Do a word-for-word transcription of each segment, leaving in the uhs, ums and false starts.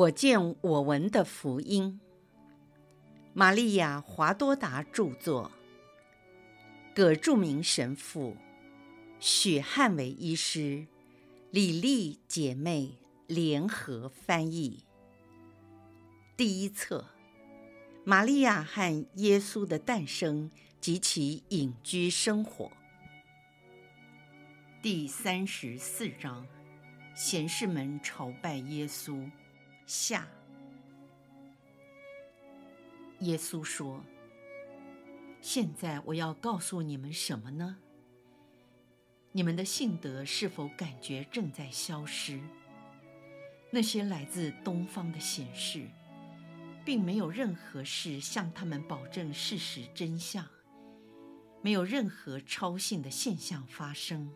我见我闻的福音。玛利亚·华多达著作，葛著名神父，许汉伟医师，李丽姐妹联合翻译。第一册：玛利亚和耶稣的诞生及其隐居生活。第三十四章：贤士们朝拜耶稣。下。耶稣说：现在我要告诉你们什么呢？你们的信德是否感觉正在消失？那些来自东方的贤士，并没有任何事向他们保证事实真相，没有任何超性的现象发生。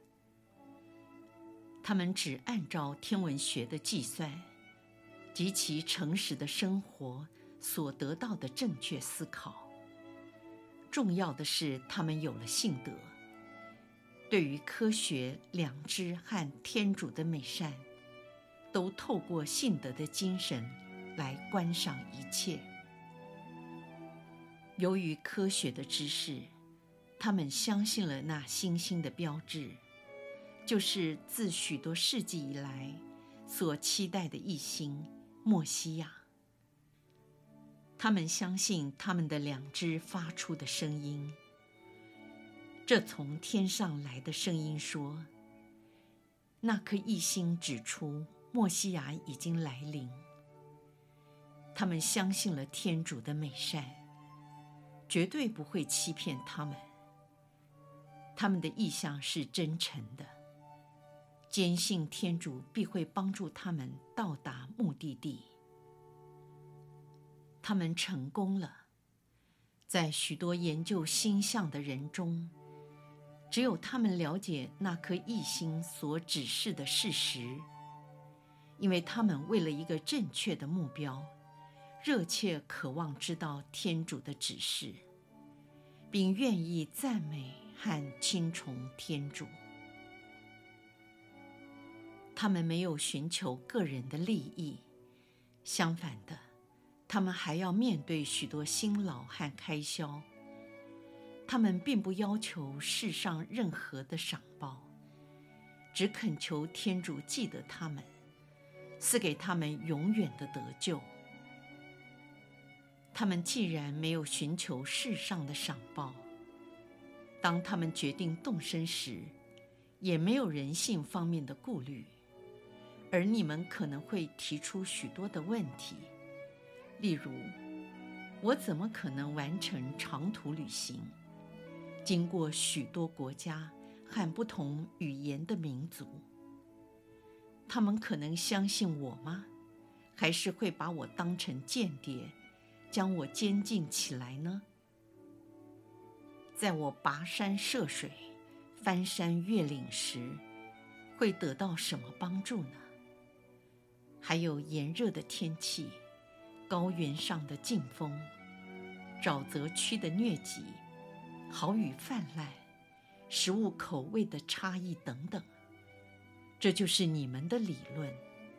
他们只按照天文学的计算及其诚实的生活所得到的正确思考。重要的是，他们有了信德，对于科学、良知和天主的美善，都透过信德的精神来观赏一切。由于科学的知识，他们相信了那星星的标志，就是自许多世纪以来所期待的一星默西亚。他们相信他们的良知发出的声音，这从天上来的声音说，那颗异星指出默西亚已经来临。他们相信了天主的美善，绝对不会欺骗他们。他们的意向是真诚的，坚信天主必会帮助他们到达目的地。他们成功了。在许多研究星象的人中，只有他们了解那颗异星所指示的事实，因为他们为了一个正确的目标，热切渴望知道天主的指示，并愿意赞美和亲从天主。他们没有寻求个人的利益，相反的，他们还要面对许多辛劳和开销。他们并不要求世上任何的赏报，只恳求天主记得他们，赐给他们永远的得救。他们既然没有寻求世上的赏报，当他们决定动身时，也没有人性方面的顾虑。而你们可能会提出许多的问题，例如，我怎么可能完成长途旅行，经过许多国家和不同语言的民族？他们可能相信我吗？还是会把我当成间谍，将我监禁起来呢？在我跋山涉水、翻山越岭时，会得到什么帮助呢？还有炎热的天气、高原上的劲风、沼泽区的疟疾、豪雨泛滥、食物口味的差异等等，这就是你们的理论。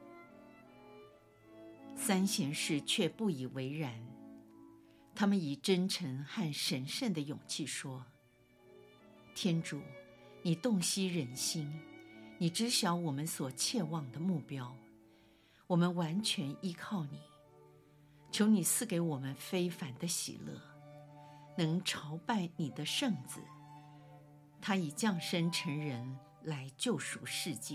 三贤士却不以为然，他们以真诚和神圣的勇气说：天主，你洞悉人心，你知晓我们所切望的目标，我们完全依靠你，求你赐给我们非凡的喜乐，能朝拜你的圣子，他已降生成人来救赎世界。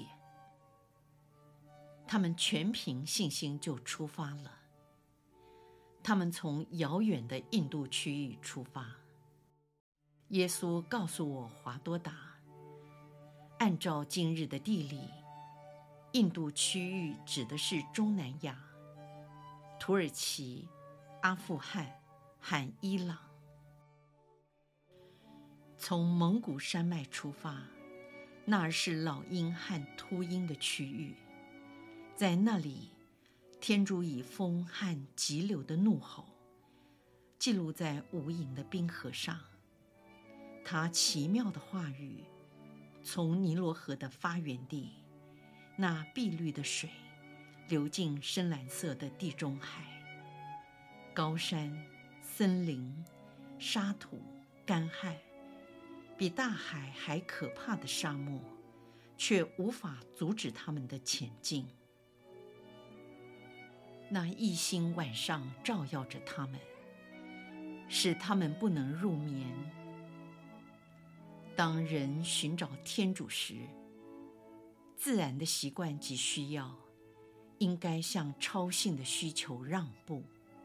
他们全凭信心就出发了。他们从遥远的印度区域出发。耶稣告诉我华多达，按照今日的地理，印度区域指的是中南亚、土耳其、阿富汗和伊朗。从蒙古山脉出发，那儿是老鹰和秃鹰的区域。在那里，天主以风和急流的怒吼记录在无垠的冰河上。他奇妙的话语从尼罗河的发源地，那碧绿的水流进深蓝色的地中海。高山、森林、沙土、干旱，比大海还可怕的沙漠，却无法阻止他们的前进。那一星晚上照耀着他们，使他们不能入眠。当人寻找天主时，自然的习惯及需要应该向超性的需求让步。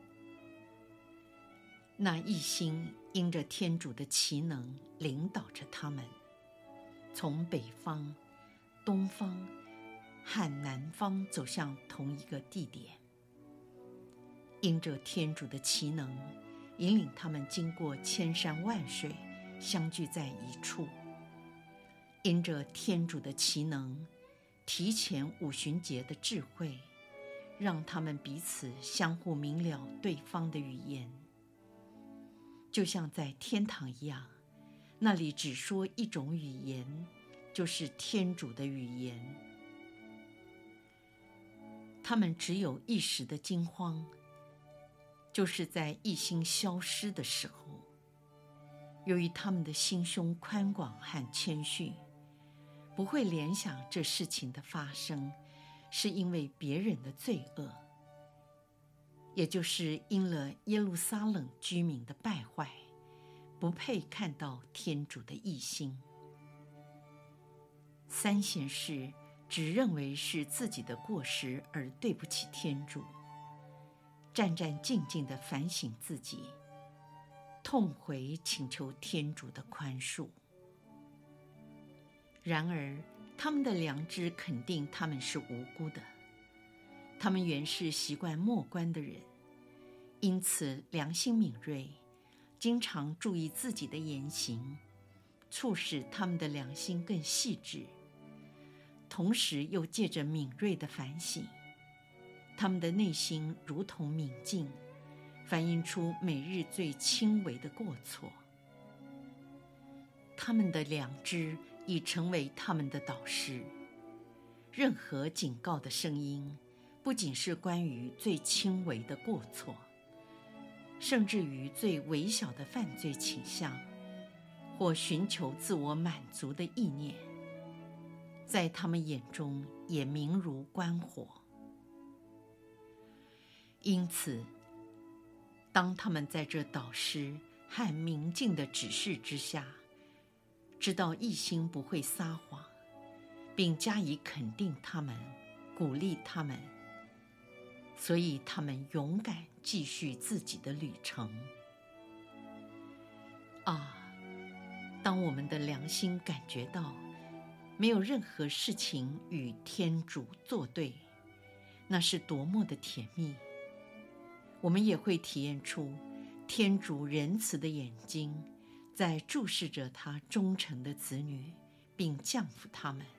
那一星因着天主的奇能领导着他们，从北方、东方和南方走向同一个地点。因着天主的奇能，引领他们经过千山万水，相聚在一处。因着天主的奇能，提前五旬节的智慧，让他们彼此相互明了对方的语言，就像在天堂一样，那里只说一种语言，就是天主的语言。他们只有一时的惊慌，就是在一星消失的时候。由于他们的心胸宽广和谦逊，不会联想这事情的发生是因为别人的罪恶，也就是因了耶路撒冷居民的败坏，不配看到天主的异星。三贤士只认为是自己的过失而对不起天主，战战兢兢地反省自己，痛悔请求天主的宽恕。然而他们的良知肯定他们是无辜的，他们原是习惯默观的人，因此良心敏锐，经常注意自己的言行，促使他们的良心更细致，同时又借着敏锐的反省，他们的内心如同明镜，反映出每日最轻微的过错。他们的良知已成为他们的导师，任何警告的声音，不仅是关于最轻微的过错，甚至于最微小的犯罪倾向，或寻求自我满足的意念，在他们眼中也明如观火。因此，当他们在这导师和明镜的指示之下，知道异星不会撒谎，并加以肯定他们，鼓励他们，所以他们勇敢继续自己的旅程。啊，当我们的良心感觉到没有任何事情与天主作对，那是多么的甜蜜！我们也会体验出天主仁慈的眼睛在注视着他忠诚的子女，并降服他们。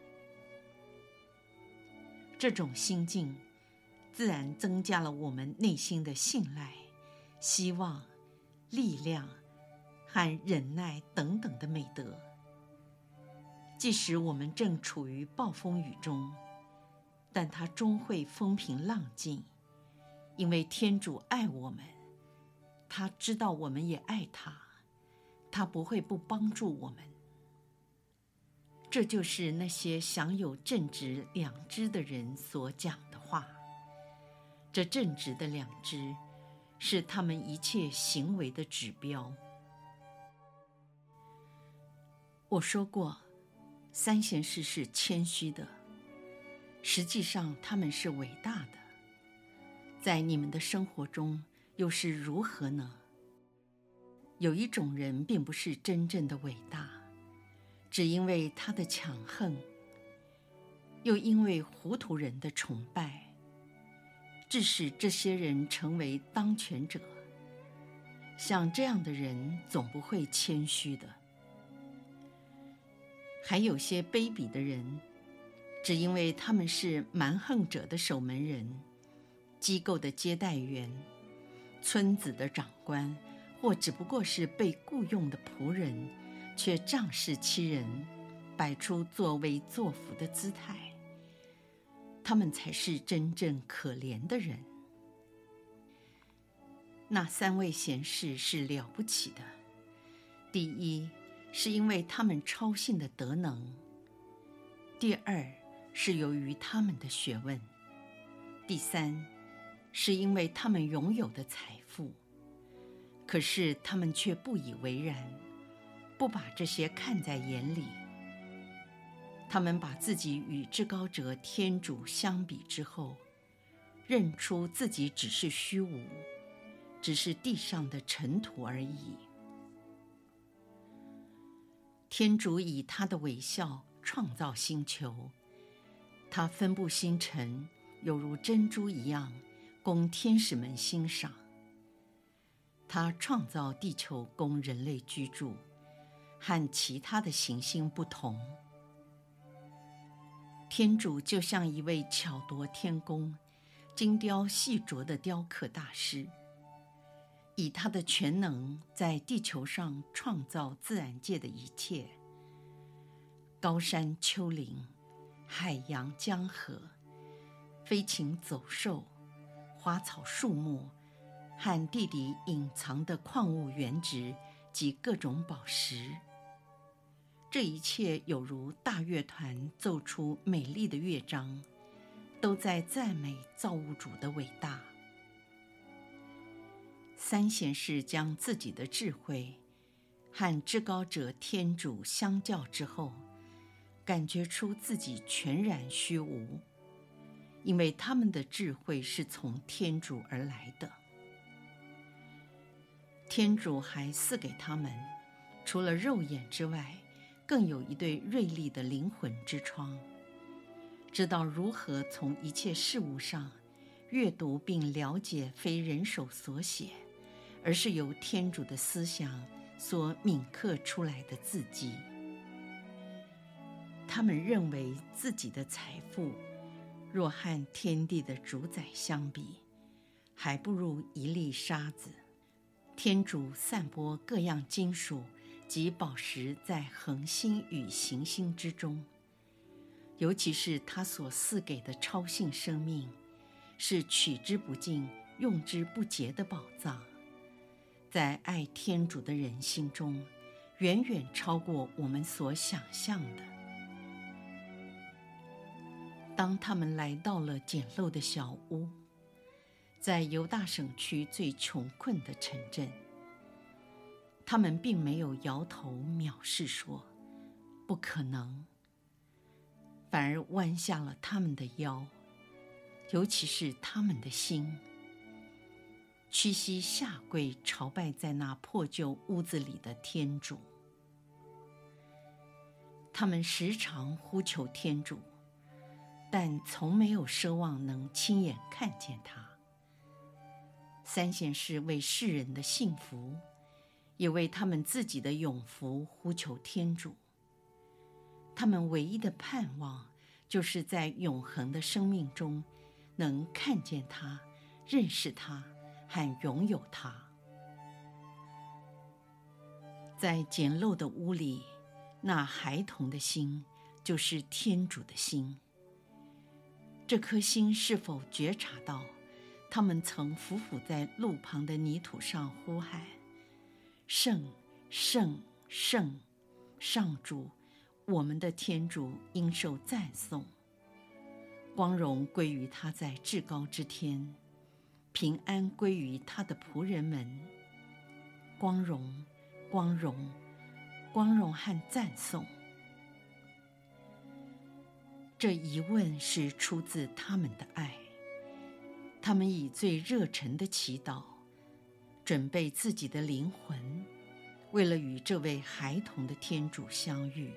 这种心境自然增加了我们内心的信赖、希望、力量和忍耐等等的美德。即使我们正处于暴风雨中，但它终会风平浪静，因为天主爱我们，他知道我们也爱他，他不会不帮助我们。这就是那些享有正直良知的人所讲的话。这正直的良知是他们一切行为的指标。我说过，三贤士是谦虚的，实际上他们是伟大的。在你们的生活中又是如何呢？有一种人并不是真正的伟大，只因为他的强横，又因为糊涂人的崇拜，致使这些人成为当权者。像这样的人总不会谦虚的。还有些卑鄙的人，只因为他们是蛮横者的守门人、机构的接待员、村子的长官，或只不过是被雇佣的仆人，却仗势欺人，摆出作威作福的姿态。 他们才是真正可怜的人。那三位贤士是了不起的。第一，是因为他们超性的德能；第二，是由于他们的学问；第三，是因为他们拥有的财富。可是他们却不以为然，不把这些看在眼里。他们把自己与至高者天主相比之后，认出自己只是虚无，只是地上的尘土而已。天主以他的微笑创造星球，他分布星辰，犹如珍珠一样，供天使们欣赏。他创造地球供人类居住，和其他的行星不同。天主就像一位巧夺天工、精雕细琢的雕刻大师，以他的全能在地球上创造自然界的一切，高山丘陵、海洋江河、飞禽走兽、花草树木和地底隐藏的矿物原质及各种宝石。这一切有如大乐团奏出美丽的乐章，都在赞美造物主的伟大。三贤士将自己的智慧和至高者天主相较之后，感觉出自己全然虚无，因为他们的智慧是从天主而来的。天主还赐给他们，除了肉眼之外，更有一对锐利的灵魂之窗，知道如何从一切事物上阅读并了解非人手所写，而是由天主的思想所铭刻出来的字迹。他们认为自己的财富若和天地的主宰相比，还不如一粒沙子。天主散播各样金属及宝石在恒星与行星之中，尤其是他所赐给的超性生命，是取之不尽、用之不竭的宝藏，在爱天主的人心中，远远超过我们所想象的。当他们来到了简陋的小屋，在犹大省区最穷困的城镇，他们并没有摇头藐视说不可能，反而弯下了他们的腰，尤其是他们的心，屈膝下跪朝拜在那破旧屋子里的天主。他们时常呼求天主，但从没有奢望能亲眼看见他。三贤士为世人的幸福，也为他们自己的永福呼求天主。他们唯一的盼望，就是在永恒的生命中能看见他、认识他和拥有他。在简陋的屋里，那孩童的心就是天主的心。这颗心是否觉察到他们曾匍匐在路旁的泥土上呼喊：圣圣圣，上主，我们的天主应受赞颂，光荣归于他在至高之天，平安归于他的仆人们，光荣光荣光荣和赞颂。这一问是出自他们的爱，他们以最热忱的祈祷，准备自己的灵魂，为了与这位孩童的天主相遇。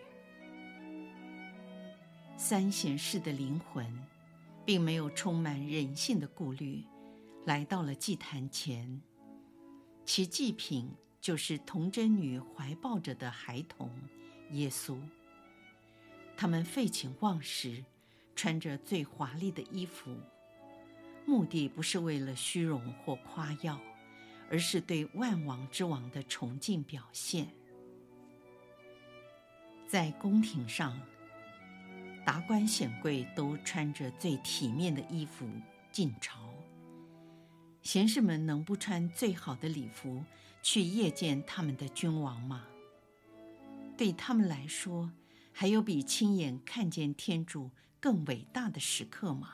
三贤士的灵魂并没有充满人性的顾虑，来到了祭坛前，其祭品就是童贞女怀抱着的孩童耶稣。他们废寝忘食，穿着最华丽的衣服，目的不是为了虚荣或夸耀，而是对万王之王的崇敬表现。在宫廷上， 达官显贵都穿着最体面的衣服进朝，贤士们能不穿最好的礼服去谒见他们的君王吗？对他们来说，还有比亲眼看见天主更伟大的时刻吗？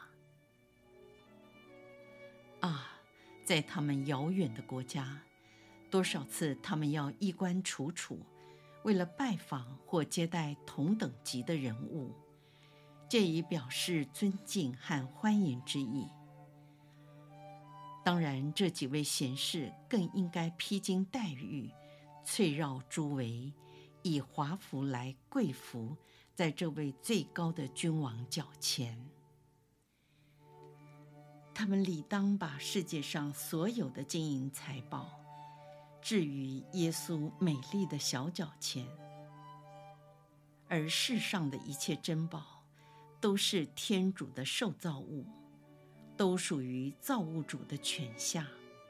啊，在他们遥远的国家，多少次他们要衣冠楚楚，为了拜访或接待同等级的人物，借以表示尊敬和欢迎之意。当然，这几位贤士更应该披荆戴玉，翠绕珠围，以华服来跪服在这位最高的君王脚前。他们理当把世界上所有的金银财宝置于耶稣美丽的小脚前，而世上的一切珍宝都是天主的受造物，都属于造物主的权下。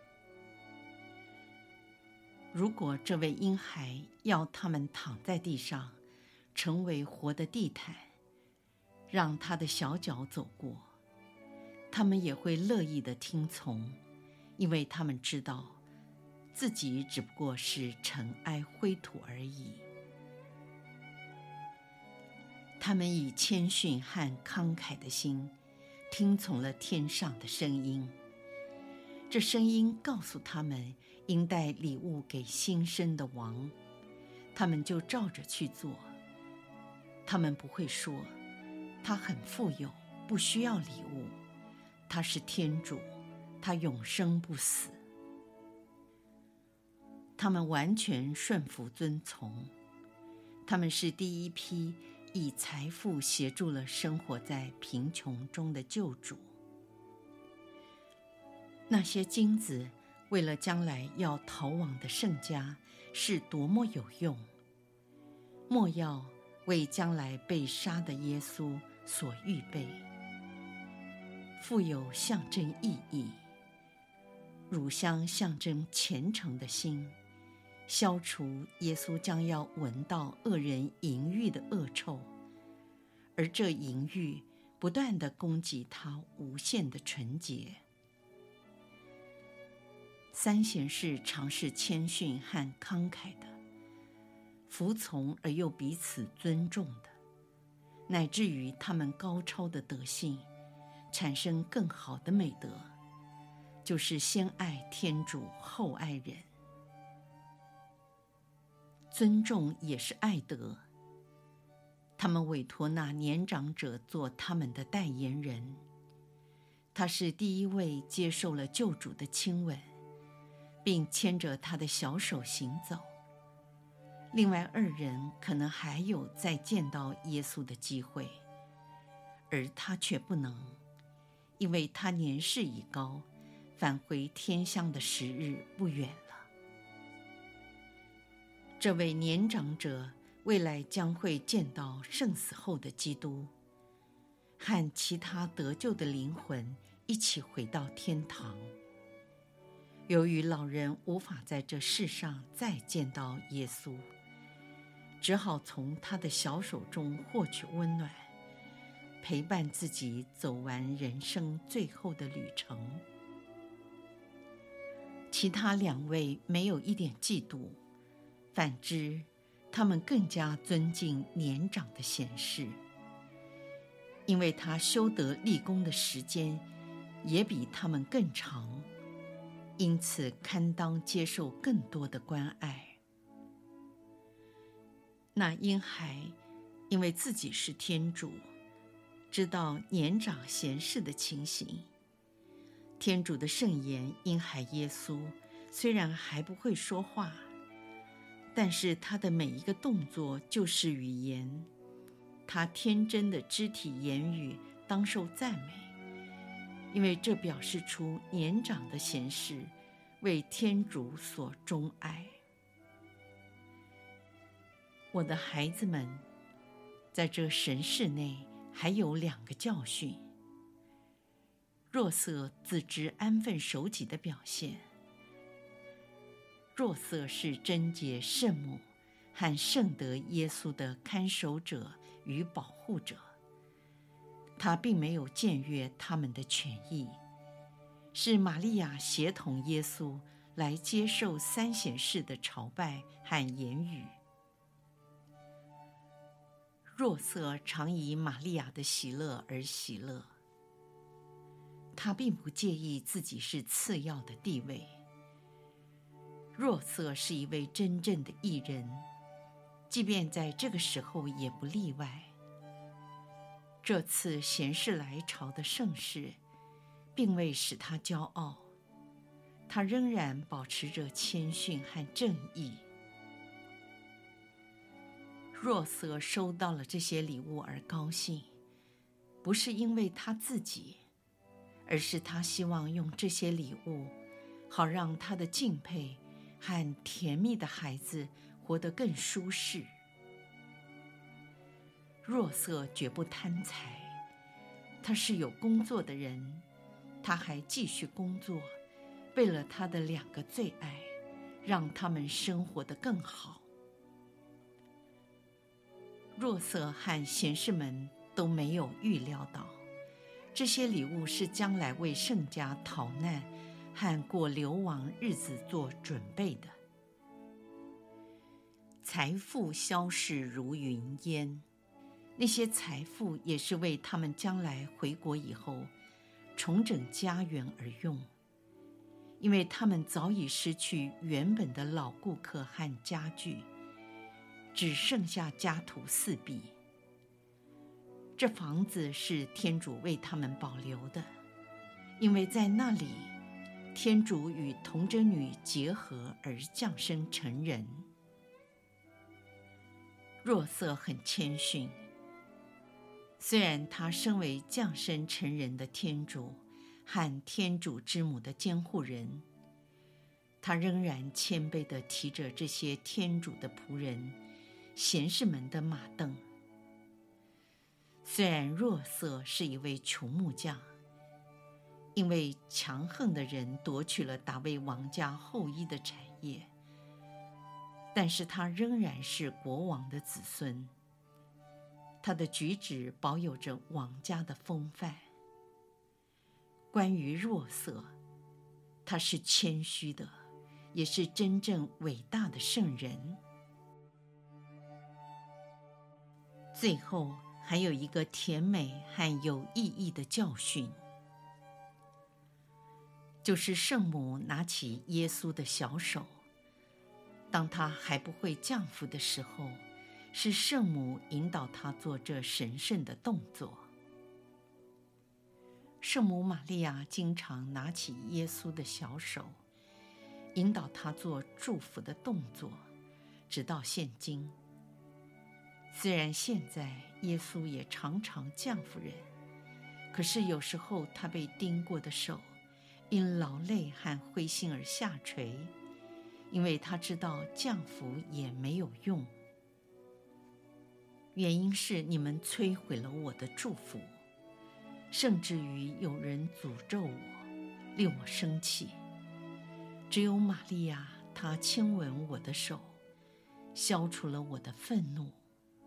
如果这位婴孩要他们躺在地上，成为活的地毯，让他的小脚走过，他们也会乐意地听从，因为他们知道自己只不过是尘埃灰土而已。他们以谦逊和慷慨的心听从了天上的声音，这声音告诉他们应带礼物给新生的王，他们就照着去做。他们不会说他很富有，不需要礼物，他是天主，他永生不死。他们完全顺服遵从，他们是第一批以财富协助了生活在贫穷中的救主。那些金子为了将来要逃亡的圣家是多么有用，莫要为将来被杀的耶稣所预备，富有象征意义。乳香象征虔诚的心，消除耶稣将要闻到恶人淫欲的恶臭，而这淫欲不断地攻击他无限的纯洁。三贤士常是谦逊和慷慨的，服从而又彼此尊重的，乃至于他们高超的德性产生更好的美德，就是先爱天主后爱人。尊重也是爱德，他们委托那年长者做他们的代言人，他是第一位接受了救主的亲吻，并牵着他的小手行走。另外二人可能还有再见到耶稣的机会，而他却不能，因为他年事已高，返回天乡的时日不远了。这位年长者未来将会见到圣死后的基督，和其他得救的灵魂一起回到天堂。由于老人无法在这世上再见到耶稣，只好从他的小手中获取温暖，陪伴自己走完人生最后的旅程。其他两位没有一点嫉妒，反之，他们更加尊敬年长的贤士，因为他修德立功的时间也比他们更长，因此堪当接受更多的关爱。那婴孩因为自己是天主，知道年长贤士的情形。天主的圣言婴孩耶稣虽然还不会说话，但是他的每一个动作就是语言，他天真的肢体言语当受赞美，因为这表示出年长的贤士为天主所钟爱。我的孩子们，在这神室内还有两个教训。若瑟自知安分守己的表现。若瑟是贞洁圣母和圣德耶稣的看守者与保护者， 他并没有僭越他们的权益，是玛利亚协同耶稣来接受三显士的朝拜和言语。若瑟常以玛利亚的喜乐而喜乐，他并不介意自己是次要的地位。若瑟是一位真正的义人，即便在这个时候也不例外。这次贤士来朝的盛世并未使他骄傲，他仍然保持着谦逊和正义。若瑟收到了这些礼物而高兴，不是因为他自己，而是他希望用这些礼物，好让他的敬佩和甜蜜的孩子活得更舒适。若瑟绝不贪财，他是有工作的人，他还继续工作，为了他的两个最爱，让他们生活得更好。若瑟和贤士们都没有预料到，这些礼物是将来为圣家逃难和过流亡日子做准备的。财富消逝如云烟，那些财富也是为他们将来回国以后重整家园而用，因为他们早已失去原本的老顾客和家具，只剩下家徒四壁。这房子是天主为他们保留的，因为在那里，天主与童贞女结合而降生成人。若瑟很谦逊，虽然他身为降生成人的天主和天主之母的监护人，他仍然谦卑地提着这些天主的仆人、贤士们的马凳。虽然若瑟是一位穷木匠，因为强横的人夺取了大卫王家后裔的产业，但是他仍然是国王的子孙，他的举止保有着王家的风范。关于若瑟，他是谦虚的，也是真正伟大的圣人。最后还有一个甜美和有意义的教训，就是圣母拿起耶稣的小手，当他还不会降服的时候，是圣母引导他做这神圣的动作。圣母玛利亚经常拿起耶稣的小手，引导他做祝福的动作，直到现今。虽然现在耶稣也常常降服人，可是有时候他被钉过的手因劳累和灰心而下垂，因为他知道降服也没有用。原因是你们摧毁了我的祝福，甚至于有人诅咒我，令我生气。只有玛利亚，她亲吻我的手，消除了我的愤怒。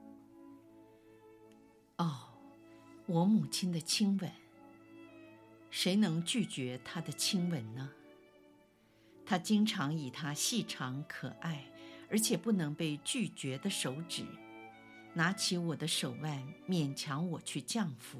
哦，我母亲的亲吻，谁能拒绝她的亲吻呢？她经常以她细长可爱而且不能被拒绝的手指，拿起我的手腕，勉强我去降服。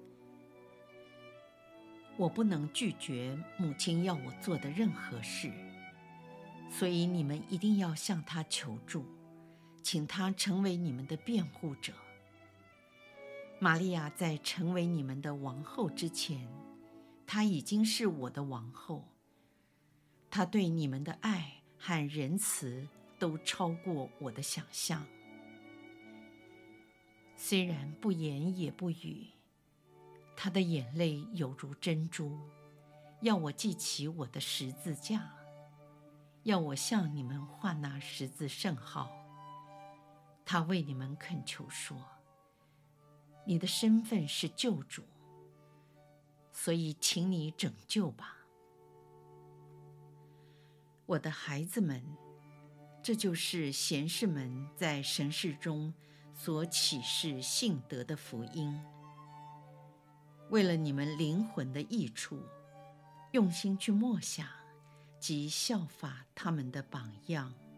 我不能拒绝母亲要我做的任何事，所以你们一定要向她求助，请她成为你们的辩护者。玛利亚在成为你们的王后之前，她已经是我的王后。她对你们的爱和仁慈都超过我的想象。虽然不言也不语，她的眼泪有如珍珠，要我记起我的十字架，要我向你们画那十字圣号。她为你们恳求说，你的身份是救主，所以请你拯救吧。我的孩子们，这就是贤士们在神事中所启示信德的福音。 为了你们灵魂的益处，用心去默想及效法他们的榜样。